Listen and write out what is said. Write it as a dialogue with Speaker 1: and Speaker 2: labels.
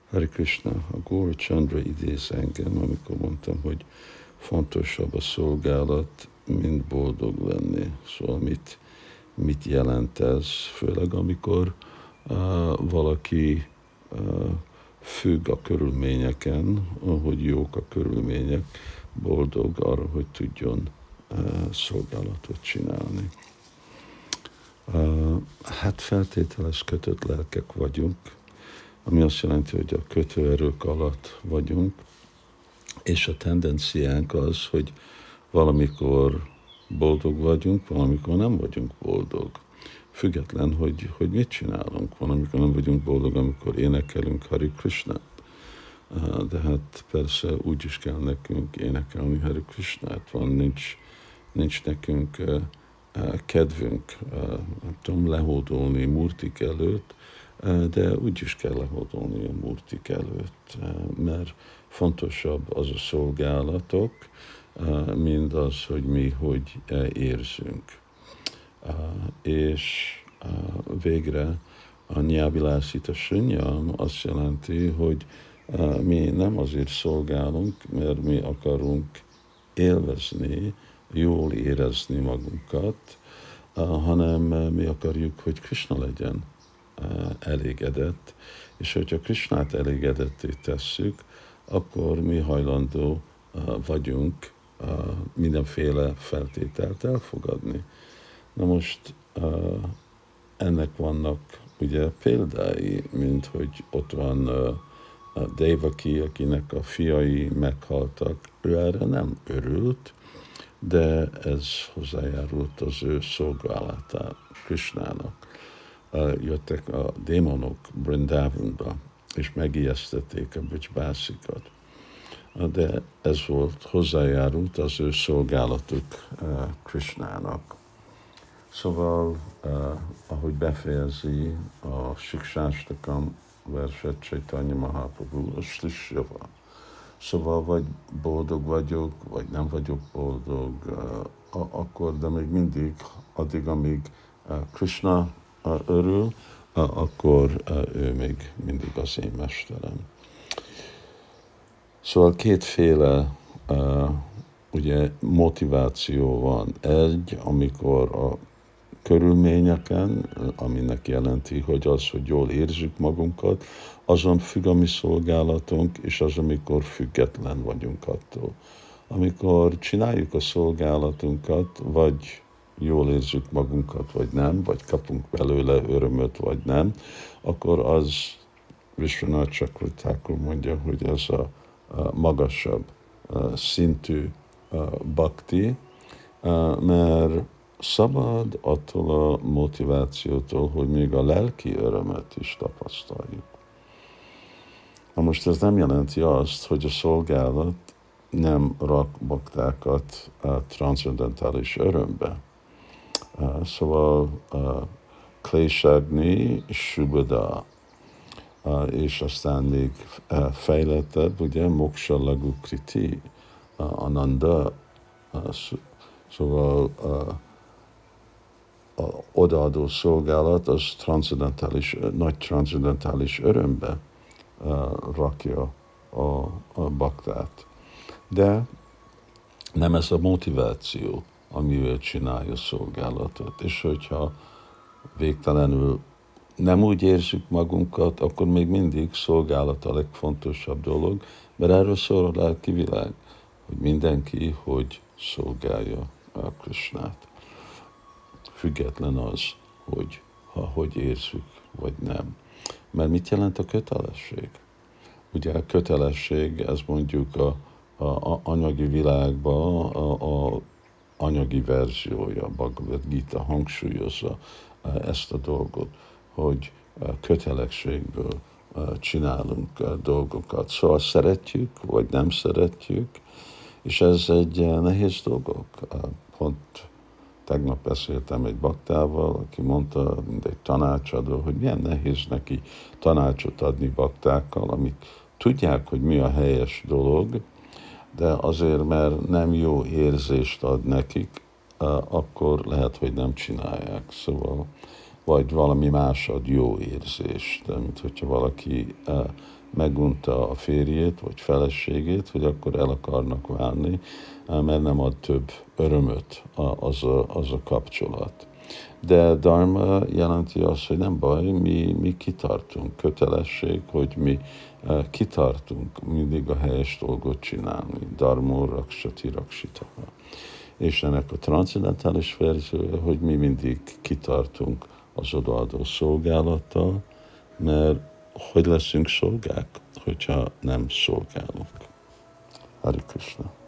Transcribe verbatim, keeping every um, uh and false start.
Speaker 1: Hare Krishna, a Gaura Chandra idéz engem, amikor mondtam, hogy fontosabb a szolgálat, mint boldog lenni. Szóval mit, mit jelent ez? Főleg amikor uh, valaki uh, függ a körülményeken, hogy jók a körülmények, boldog arra, hogy tudjon uh, szolgálatot csinálni. Uh, hát feltételes kötött lelkek vagyunk, ami azt jelenti, hogy a kötőerők alatt vagyunk, és a tendenciánk az, hogy valamikor boldog vagyunk, valamikor nem vagyunk boldog. Független, hogy, hogy mit csinálunk. Van, amikor nem vagyunk boldog, amikor énekelünk Hare Krishnát. De hát persze úgy is kell nekünk énekelni Hare Krishnát. Van, nincs, nincs nekünk kedvünk, nem tudom, lehódolni murtik előtt, de úgy is kell lehódolni a murtik előtt, mert fontosabb az a szolgálatok, mint az, hogy mi hogy érzünk. És végre a nyávilászita sunyam azt jelenti, hogy mi nem azért szolgálunk, mert mi akarunk élvezni, jól érezni magunkat, hanem mi akarjuk, hogy Krishna legyen elégedett, és hogyha Krishnát elégedetté tesszük, akkor mi hajlandó vagyunk mindenféle feltételt elfogadni. Na most ennek vannak ugye példái, mint hogy ott van a Devaki, akinek a fiai meghaltak, ő erre nem örült, de ez hozzájárult az ő szolgálatát Krishnának. Jöttek a démonok Brindavanba, és megijesztették a Brijbászikat. De ez volt, hozzájárult az ő szolgálatuk Krishnának. Szóval, ahogy befejezi a Siksástakam verset Chaitanya Mahaprabhu, a Slisjava. Szóval vagy boldog vagyok, vagy nem vagyok boldog, akkor, de még mindig, addig, amíg Krishna örül, akkor ő még mindig az én mesterem. Szóval kétféle ugye, motiváció van. Egy, amikor a körülményeken, aminek jelenti, hogy az, hogy jól érzük magunkat, azon függ a mi szolgálatunk, és az, amikor független vagyunk attól. Amikor csináljuk a szolgálatunkat, vagy jól érzük magunkat, vagy nem, vagy kapunk belőle örömöt, vagy nem, akkor az Vishwanath Chakravarti mondja, hogy ez a, a magasabb a szintű a bhakti, mert szabad attól a motivációtól, hogy még a lelki örömet is tapasztaljuk. Na most ez nem jelenti azt, hogy a szolgálat nem rak baktákat a transzendentális örömbe. Szóval Klésagni, Subhada, és aztán még fejlettebb, ugye, Moksha Lagu Kriti, Ananda, szóval a odaadó szolgálat az transzendentális, nagy transzendentális örömbe rakja a, a baktát. De nem ez a motiváció, amivel csinálja a szolgálatot. És hogyha végtelenül nem úgy érzük magunkat, akkor még mindig szolgálat a legfontosabb dolog, mert erről szól a lelki világ, hogy mindenki, hogy szolgálja a Krishnát. Független az, hogy ha hogy érzük, vagy nem. Mert mit jelent a kötelesség? Ugye a kötelesség, ez mondjuk a, a, a anyagi világban a, a anyagi verziója, a Bhagavad Gita hangsúlyozza ezt a dolgot, hogy kötelességből csinálunk dolgokat. Szóval szeretjük, vagy nem szeretjük, és ez egy nehéz dolog. Pont tegnap beszéltem egy baktával, aki mondta, mint egy tanácsadó, hogy milyen nehéz neki tanácsot adni baktákkal, amik tudják, hogy mi a helyes dolog, de azért, mert nem jó érzést ad nekik, akkor lehet, hogy nem csinálják. Szóval vagy valami más ad jó érzést, de mint hogyha valaki uh, megunta a férjét, vagy feleségét, hogy akkor el akarnak válni, uh, mert nem ad több örömöt az a, az a kapcsolat. De dharma jelenti azt, hogy nem baj, mi, mi kitartunk, kötelesség, hogy mi uh, kitartunk mindig a helyes dolgot csinálni. Dharmo rakshati rakshitaha. És ennek a transzendentális verziója, hogy mi mindig kitartunk az odaadó szolgálattal, mert hogy leszünk szolgák, hogyha nem szolgálunk. Hare Krishna.